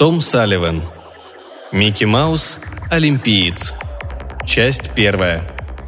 Том Салливан. Микки Маус. Олимпиец. Часть 1.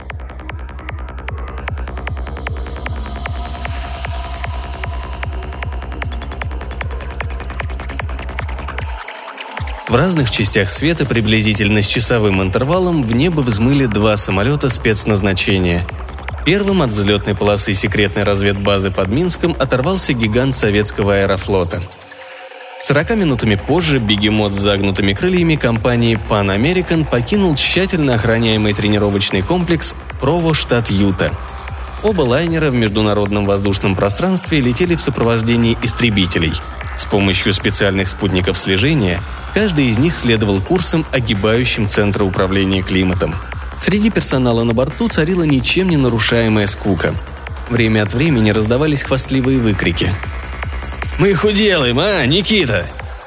В разных частях света приблизительно с часовым интервалом в небо взмыли 2 самолета спецназначения. Первым от взлетной полосы секретной разведбазы под Минском оторвался гигант советского аэрофлота. 40 минутами позже бегемот с загнутыми крыльями компании Pan American покинул тщательно охраняемый тренировочный комплекс Прово, штат Юта. Оба лайнера в международном воздушном пространстве летели в сопровождении истребителей. С помощью специальных спутников слежения каждый из них следовал курсом, огибающим Центр управления климатом. Среди персонала на борту царила ничем не нарушаемая скука. Время от времени раздавались хвастливые выкрики. «Мы их уделаем, а, Никита?»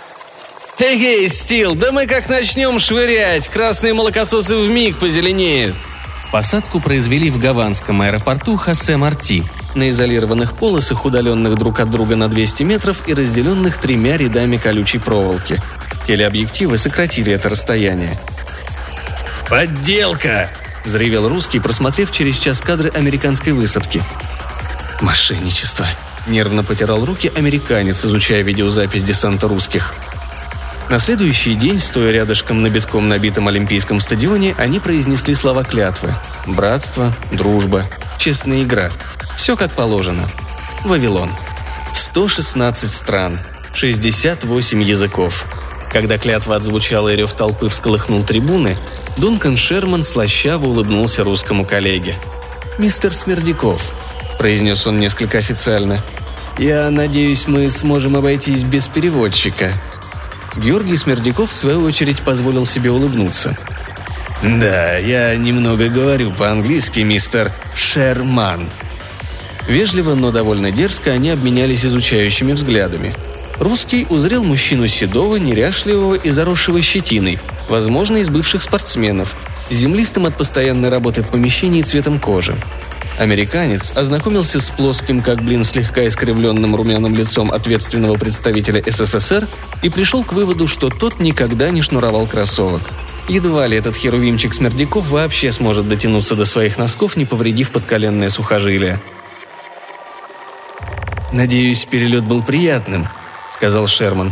«Эй, Стил, да мы как начнем швырять, красные молокососы вмиг позеленеют!» Посадку произвели в гаванском аэропорту Хосе Марти, на изолированных полосах, удаленных друг от друга на 200 метров и разделенных 3 рядами колючей проволоки. Телеобъективы сократили это расстояние. «Подделка!» – взревел русский, просмотрев через час кадры американской высадки. «Мошенничество!» – нервно потирал руки американец, изучая видеозапись десанта русских. На следующий день, стоя рядышком на битком набитом Олимпийском стадионе, они произнесли слова клятвы. Братство, дружба, честная игра. Все как положено. Вавилон. 116 стран. 68 языков. Когда клятва отзвучала и рев толпы всколыхнул трибуны, Дункан Шерман слащаво улыбнулся русскому коллеге. «Мистер Смердяков», – произнес он несколько официально, – «я надеюсь, мы сможем обойтись без переводчика». Георгий Смердяков, в свою очередь, позволил себе улыбнуться. «Да, я немного говорю по-английски, мистер Шерман». Вежливо, но довольно дерзко они обменялись изучающими взглядами. Русский узрел мужчину седого, неряшливого и заросшего щетиной, возможно, из бывших спортсменов, с землистым от постоянной работы в помещении цветом кожи. Американец ознакомился с плоским, как блин, слегка искривленным румяным лицом ответственного представителя СССР и пришел к выводу, что тот никогда не шнуровал кроссовок. Едва ли этот херувимчик Смердяков вообще сможет дотянуться до своих носков, не повредив подколенное сухожилие. «Надеюсь, перелет был приятным», — сказал Шерман.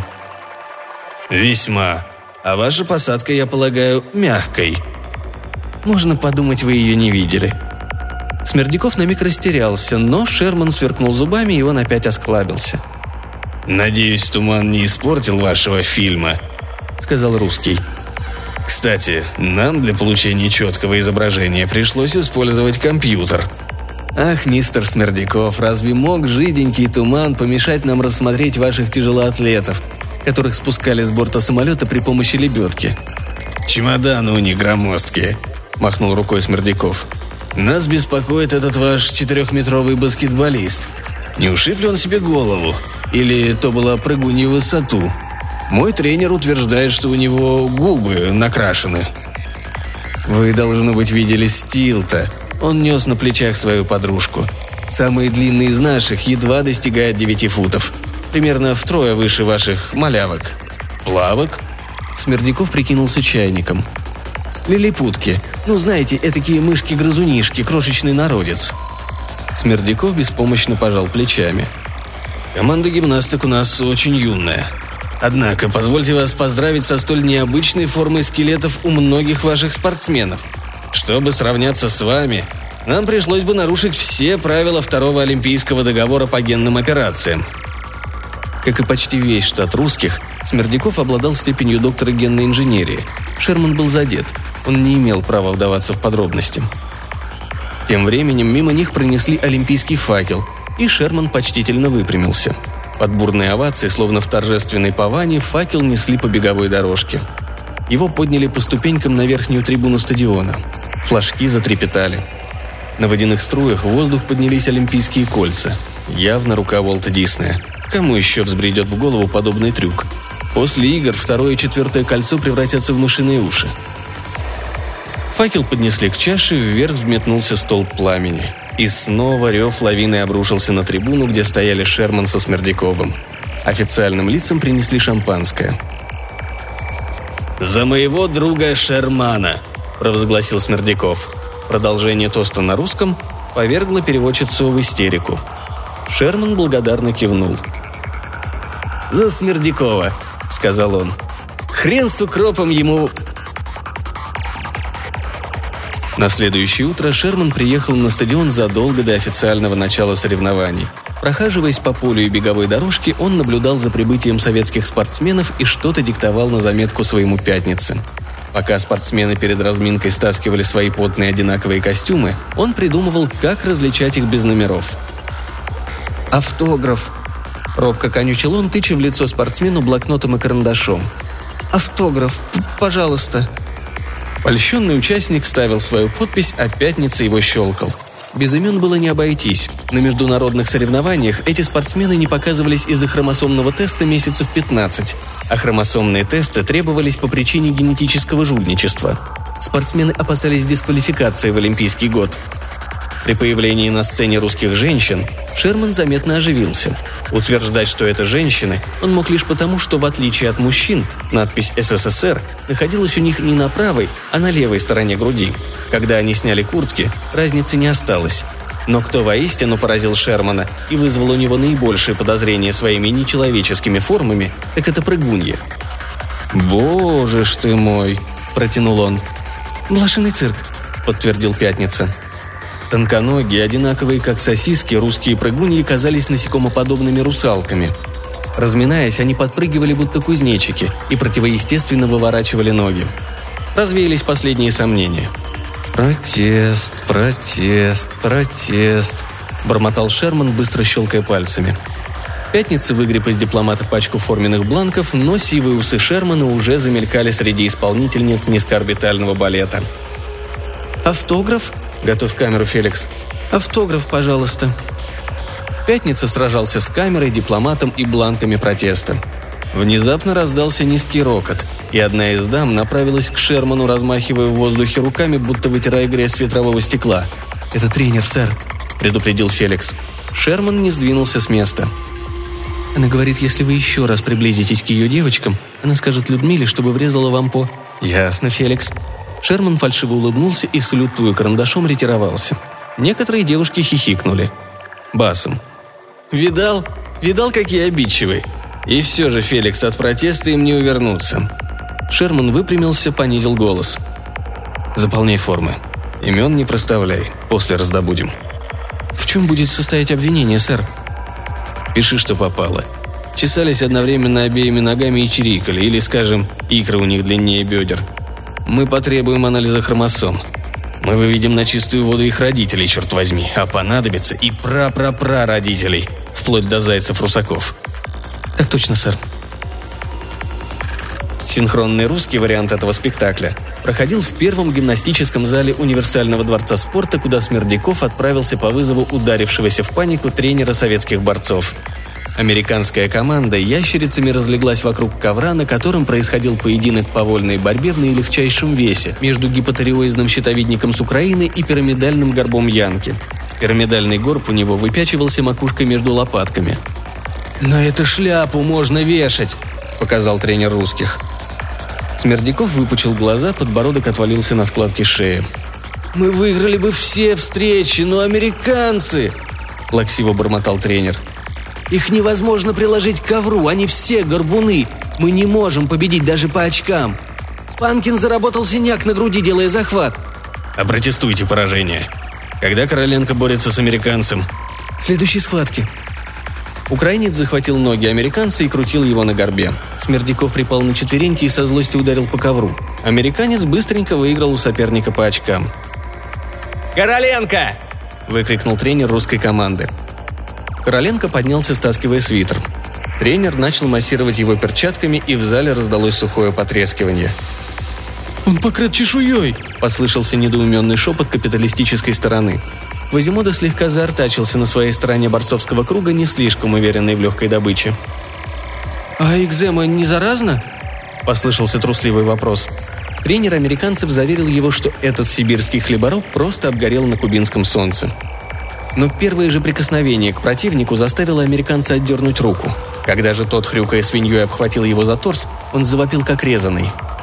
«Весьма. А ваша посадка, я полагаю, мягкой». «Можно подумать, вы ее не видели». Смердяков на миг растерялся, но Шерман сверкнул зубами, и он опять осклабился. «Надеюсь, туман не испортил вашего фильма», — сказал русский. «Кстати, нам для получения четкого изображения пришлось использовать компьютер». «Ах, мистер Смердяков, разве мог жиденький туман помешать нам рассмотреть ваших тяжелоатлетов, которых спускали с борта самолета при помощи лебедки?» «Чемоданы у них громоздкие», — махнул рукой Смердяков. «Нас беспокоит этот ваш 4-метровый баскетболист. Не ушиб ли он себе голову? Или то была прыгунья в высоту? Мой тренер утверждает, что у него губы накрашены». «Вы, должно быть, видели Стилта. Он нес на плечах свою подружку. Самый длинный из наших едва достигает 9 футов. Примерно втрое выше ваших малявок». «Плавок?» Смердяков прикинулся чайником. «Лилипутки. Ну, знаете, этакие мышки-грызунишки, крошечный народец». Смердяков беспомощно пожал плечами. «Команда гимнасток у нас очень юная. Однако, позвольте вас поздравить со столь необычной формой скелетов у многих ваших спортсменов. Чтобы сравняться с вами, нам пришлось бы нарушить все правила 2-го Олимпийского договора по генным операциям». Как и почти весь штат русских, Смердяков обладал степенью доктора генной инженерии. Шерман был задет. Он не имел права вдаваться в подробности. Тем временем мимо них пронесли олимпийский факел, и Шерман почтительно выпрямился. Под бурные овации, словно в торжественной паване, факел несли по беговой дорожке. Его подняли по ступенькам на верхнюю трибуну стадиона. Флажки затрепетали. На водяных струях в воздух поднялись олимпийские кольца. Явно рука Уолта Диснея. Кому еще взбредет в голову подобный трюк? После игр 2-е и 4-е кольцо превратятся в мышиные уши. Факел поднесли к чаше, вверх взметнулся столб пламени. И снова рев лавиной обрушился на трибуну, где стояли Шерман со Смердяковым. Официальным лицам принесли шампанское. «За моего друга Шермана», – провозгласил Смердяков. Продолжение тоста на русском повергло переводчицу в истерику. Шерман благодарно кивнул. «За Смердякова», – сказал он. «Хрен с укропом ему...» На следующее утро Шерман приехал на стадион задолго до официального начала соревнований. Прохаживаясь по полю и беговой дорожке, он наблюдал за прибытием советских спортсменов и что-то диктовал на заметку своему Пятнице. Пока спортсмены перед разминкой стаскивали свои потные одинаковые костюмы, он придумывал, как различать их без номеров. «Автограф!» – робко конючил он, тыча в лицо спортсмену блокнотом и карандашом. «Автограф, пожалуйста!» Польщенный участник ставил свою подпись, а Пятница его щелкал. Без имен было не обойтись. На международных соревнованиях эти спортсмены не показывались из-за хромосомного теста месяцев 15, а хромосомные тесты требовались по причине генетического жульничества. Спортсмены опасались дисквалификации в Олимпийский год. При появлении на сцене русских женщин Шерман заметно оживился. Утверждать, что это женщины, он мог лишь потому, что, в отличие от мужчин, надпись «СССР» находилась у них не на правой, а на левой стороне груди. Когда они сняли куртки, разницы не осталось. Но кто воистину поразил Шермана и вызвал у него наибольшие подозрения своими нечеловеческими формами, так это прыгунья. «Боже ж ты мой!» – протянул он. «Блошиный цирк», – подтвердил Пятница. Тонконогие, одинаковые как сосиски, русские прыгуньи казались насекомоподобными русалками. Разминаясь, они подпрыгивали будто кузнечики и противоестественно выворачивали ноги. Развеялись последние сомнения. «Протест, протест, протест», – бормотал Шерман, быстро щелкая пальцами. Пятница выгреб из дипломата пачку форменных бланков, но сивые усы Шермана уже замелькали среди исполнительниц низкоорбитального балета. «Автограф?» – готовь камеру, Феликс. «Автограф, пожалуйста». Пятница сражался с камерой, дипломатом и бланками протеста. Внезапно раздался низкий рокот, и одна из дам направилась к Шерману, размахивая в воздухе руками, будто вытирая грязь с ветрового стекла. «Это тренер, сэр», – предупредил Феликс. Шерман не сдвинулся с места. «Она говорит, если вы еще раз приблизитесь к ее девочкам, она скажет Людмиле, чтобы врезала вам по...» «Ясно, Феликс». Шерман фальшиво улыбнулся и, салютуя карандашом, ретировался. Некоторые девушки хихикнули. Басом. «Видал? Видал, какие обидчивые? И все же, Феликс, от протеста им не увернуться». Шерман выпрямился, понизил голос. «Заполняй формы. Имен не проставляй. После раздобудем». «В чем будет состоять обвинение, сэр?» «Пиши, что попало. Чесались одновременно обеими ногами и чирикали, или, скажем, икры у них длиннее бедер. Мы потребуем анализа хромосом. Мы выведем на чистую воду их родителей, черт возьми, а понадобится и прапрапрародителей, вплоть до зайцев-русаков». «Так точно, сэр». Синхронный русский вариант этого спектакля проходил в первом гимнастическом зале Универсального дворца спорта, куда Смердяков отправился по вызову ударившегося в панику тренера советских борцов. Американская команда ящерицами разлеглась вокруг ковра, на котором происходил поединок по вольной борьбе в наилегчайшем весе между гипотиреоидным щитовидником с Украины и пирамидальным горбом Янки. Пирамидальный горб у него выпячивался макушкой между лопатками. «На эту шляпу можно вешать!» – показал тренер русских. Смердяков выпучил глаза, подбородок отвалился на складке шеи. «Мы выиграли бы все встречи, но американцы!» – плаксиво бормотал тренер. «Их невозможно приложить к ковру, они все горбуны. Мы не можем победить даже по очкам. Панкин заработал синяк на груди, делая захват». «Опротестуйте поражение. Когда Короленко борется с американцем?» «В следующей схватке». Украинец захватил ноги американца и крутил его на горбе. Смердяков припал на четвереньки и со злостью ударил по ковру. Американец быстренько выиграл у соперника по очкам. «Короленко!» – выкрикнул тренер русской команды. Короленко поднялся, стаскивая свитер. Тренер начал массировать его перчатками, и в зале раздалось сухое потрескивание. «Он покрыт чешуей!» – послышался недоуменный шепот капиталистической стороны. Квазимода слегка заортачился на своей стороне борцовского круга, не слишком уверенный в легкой добыче. «А экзема не заразна?» – послышался трусливый вопрос. Тренер американцев заверил его, что этот сибирский хлебороб просто обгорел на кубинском солнце. Но первое же прикосновение к противнику заставило американца отдернуть руку. Когда же тот, хрюкая свиньей, обхватил его за торс, он завопил как резаный.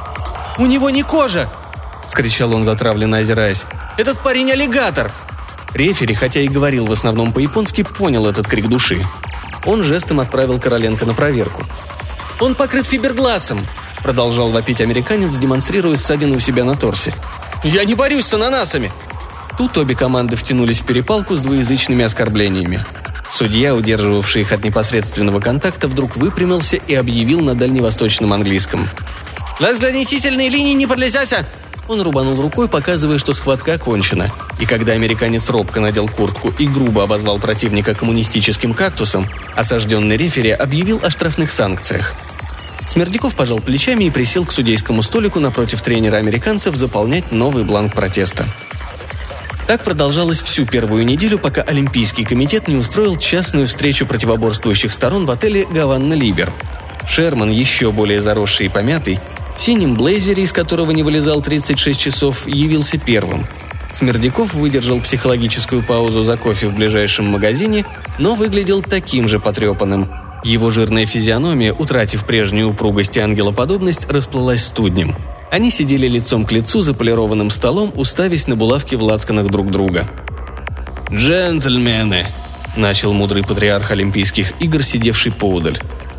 «У него не кожа!» – вскричал он, затравленно озираясь. «Этот парень аллигатор!» Рефери, хотя и говорил в основном по-японски, понял этот крик души. Он жестом отправил Короленко на проверку. «Он покрыт фибергласом!» – продолжал вопить американец, демонстрируя ссадину у себя на торсе. «Я не борюсь с ананасами!» Тут обе команды втянулись в перепалку с двуязычными оскорблениями. Судья, удерживавший их от непосредственного контакта, вдруг выпрямился и объявил на дальневосточном английском. «Разграничительные линии не подлежатся!» Он рубанул рукой, показывая, что схватка окончена. И когда американец робко надел куртку и грубо обозвал противника коммунистическим кактусом, осажденный рефери объявил о штрафных санкциях. Смердяков пожал плечами и присел к судейскому столику напротив тренера американцев заполнять новый бланк протеста. Так продолжалось всю первую неделю, пока Олимпийский комитет не устроил частную встречу противоборствующих сторон в отеле «Гаванна Либер». Шерман, еще более заросший и помятый, в синем блейзере, из которого не вылезал 36 часов, явился первым. Смердяков выдержал психологическую паузу за кофе в ближайшем магазине, но выглядел таким же потрепанным. Его жирная физиономия, утратив прежнюю упругость и ангелоподобность, расплылась студнем. Они сидели лицом к лицу за полированным столом, уставясь на булавки в лацканах друг друга. «Джентльмены!» – начал мудрый патриарх Олимпийских игр, сидевший поодаль.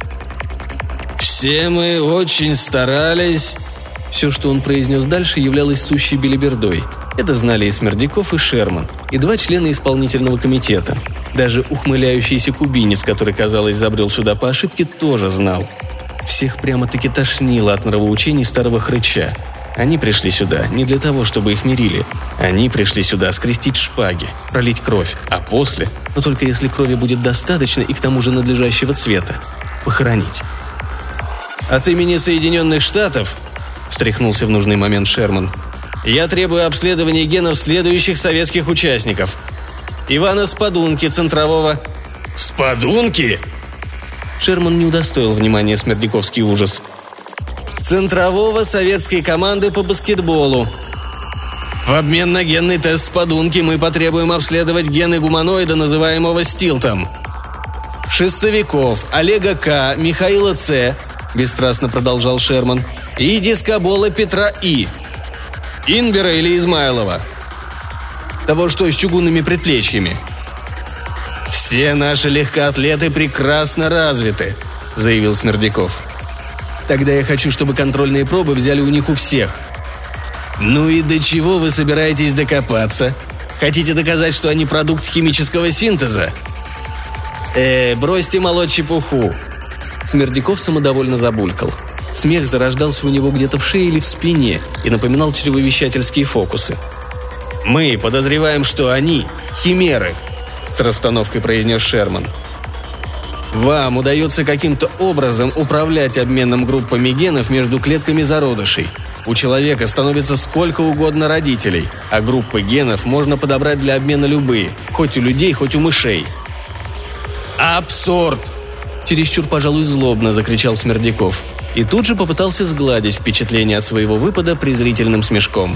«Все мы очень старались...» Все, что он произнес дальше, являлось сущей белибердой. Это знали и Смердяков, и Шерман, и два члена исполнительного комитета. Даже ухмыляющийся кубинец, который, казалось, забрел сюда по ошибке, тоже знал. Всех прямо-таки тошнило от нравоучений старого хрыча. Они пришли сюда не для того, чтобы их мирили. Они пришли сюда скрестить шпаги, пролить кровь, а после, но только если крови будет достаточно и к тому же надлежащего цвета, похоронить. «От имени Соединенных Штатов», – встряхнулся в нужный момент Шерман, – «я требую обследования генов следующих советских участников. Ивана Спадунки, центрового...» «Спадунки?» Шерман не удостоил внимания смердяковский ужас. «Центрового советской команды по баскетболу. В обмен на генный тест Спадунки мы потребуем обследовать гены гуманоида, называемого Стилтом. Шестовиков, Олега К., Михаила Ц., бесстрастно продолжал Шерман, и дискобола Петра И. Инбера или Измайлова. Того, что с чугунными предплечьями. «Все наши легкоатлеты прекрасно развиты», – заявил Смердяков. «Тогда я хочу, чтобы контрольные пробы взяли у них у всех». «Ну и до чего вы собираетесь докопаться? Хотите доказать, что они продукт химического синтеза?» Бросьте молоть чепуху». Смердяков самодовольно забулькал. Смех зарождался у него где-то в шее или в спине и напоминал чревовещательские фокусы. «Мы подозреваем, что они – химеры», – с расстановкой произнес Шерман. «Вам удается каким-то образом управлять обменом группами генов между клетками зародышей. У человека становится сколько угодно родителей, а группы генов можно подобрать для обмена любые, хоть у людей, хоть у мышей». «Абсурд!» – чересчур, пожалуй, злобно закричал Смердяков. И тут же попытался сгладить впечатление от своего выпада презрительным смешком.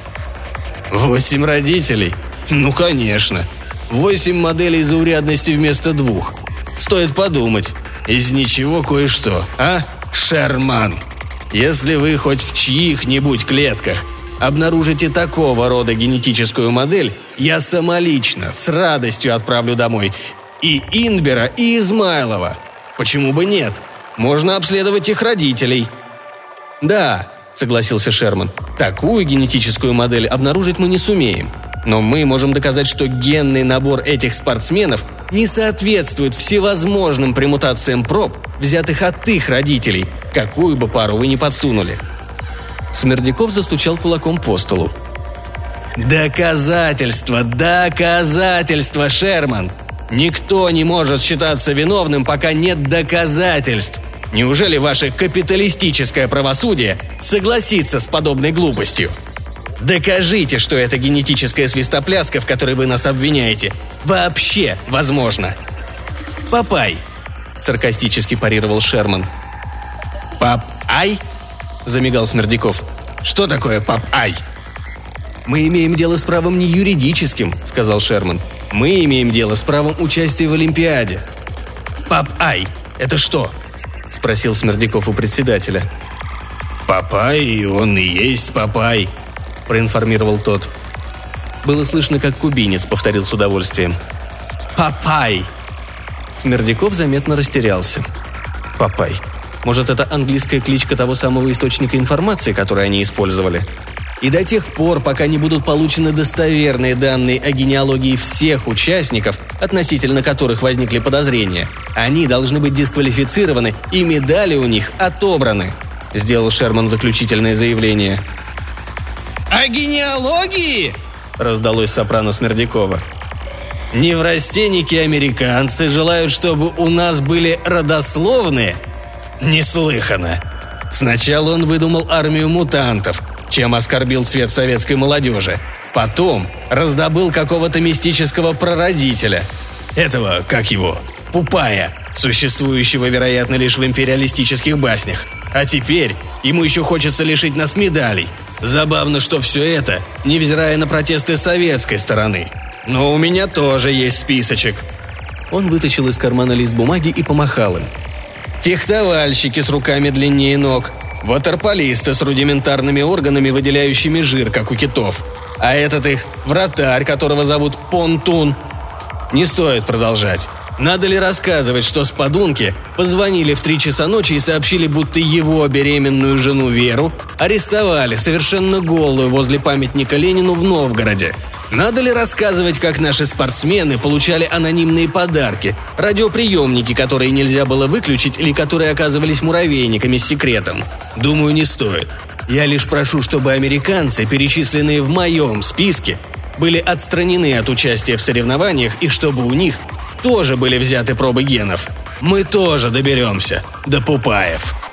8 родителей? Ну, конечно. 8 моделей заурядности вместо 2. Стоит подумать. Из ничего кое-что, а, Шерман? Если вы хоть в чьих-нибудь клетках обнаружите такого рода генетическую модель, я самолично, с радостью отправлю домой и Инбера, и Измайлова. Почему бы нет? Можно обследовать их родителей». «Да», — согласился Шерман, — «такую генетическую модель обнаружить мы не сумеем. Но мы можем доказать, что генный набор этих спортсменов не соответствует всевозможным премутациям проб, взятых от их родителей, какую бы пару вы ни подсунули». Смердяков застучал кулаком по столу. «Доказательства, доказательства, Шерман! Никто не может считаться виновным, пока нет доказательств. Неужели ваше капиталистическое правосудие согласится с подобной глупостью? Докажите, что эта генетическая свистопляска, в которой вы нас обвиняете, вообще возможна». «Папай», – саркастически парировал Шерман. «Пап-ай?» – замигал Смердяков. «Что такое пап-ай?» «Мы имеем дело с правом не юридическим», – сказал Шерман. «Мы имеем дело с правом участия в Олимпиаде». «Пап-ай, это что?» – спросил Смердяков у председателя. «Папай, он и есть Папай», – проинформировал тот. Было слышно, как кубинец повторил с удовольствием. «Папай!» Смердяков заметно растерялся. «Папай. Может, это английская кличка того самого источника информации, который они использовали? И до тех пор, пока не будут получены достоверные данные о генеалогии всех участников, относительно которых возникли подозрения, они должны быть дисквалифицированы и медали у них отобраны», – сделал Шерман заключительное заявление. «О генеалогии?» – раздалось сопрано Смердякова. «Неврастенники американцы желают, чтобы у нас были родословные? Неслыханно. Сначала он выдумал армию мутантов, чем оскорбил цвет советской молодежи. Потом раздобыл какого-то мистического прародителя. Этого, как его, Пупая, существующего, вероятно, лишь в империалистических баснях. А теперь ему еще хочется лишить нас медалей. Забавно, что все это, невзирая на протесты советской стороны. Но у меня тоже есть списочек». Он вытащил из кармана лист бумаги и помахал им. «Фехтовальщики с руками длиннее ног, ватерполисты с рудиментарными органами, выделяющими жир, как у китов. А этот их вратарь, которого зовут Понтун. Не стоит продолжать. Надо ли рассказывать, что сподунки позвонили в 3 часа ночи и сообщили, будто его беременную жену Веру арестовали совершенно голую возле памятника Ленину в Новгороде? Надо ли рассказывать, как наши спортсмены получали анонимные подарки, радиоприемники, которые нельзя было выключить или которые оказывались муравейниками с секретом? Думаю, не стоит. Я лишь прошу, чтобы американцы, перечисленные в моем списке, были отстранены от участия в соревнованиях и чтобы у них тоже были взяты пробы генов. Мы тоже доберемся до Пупаев».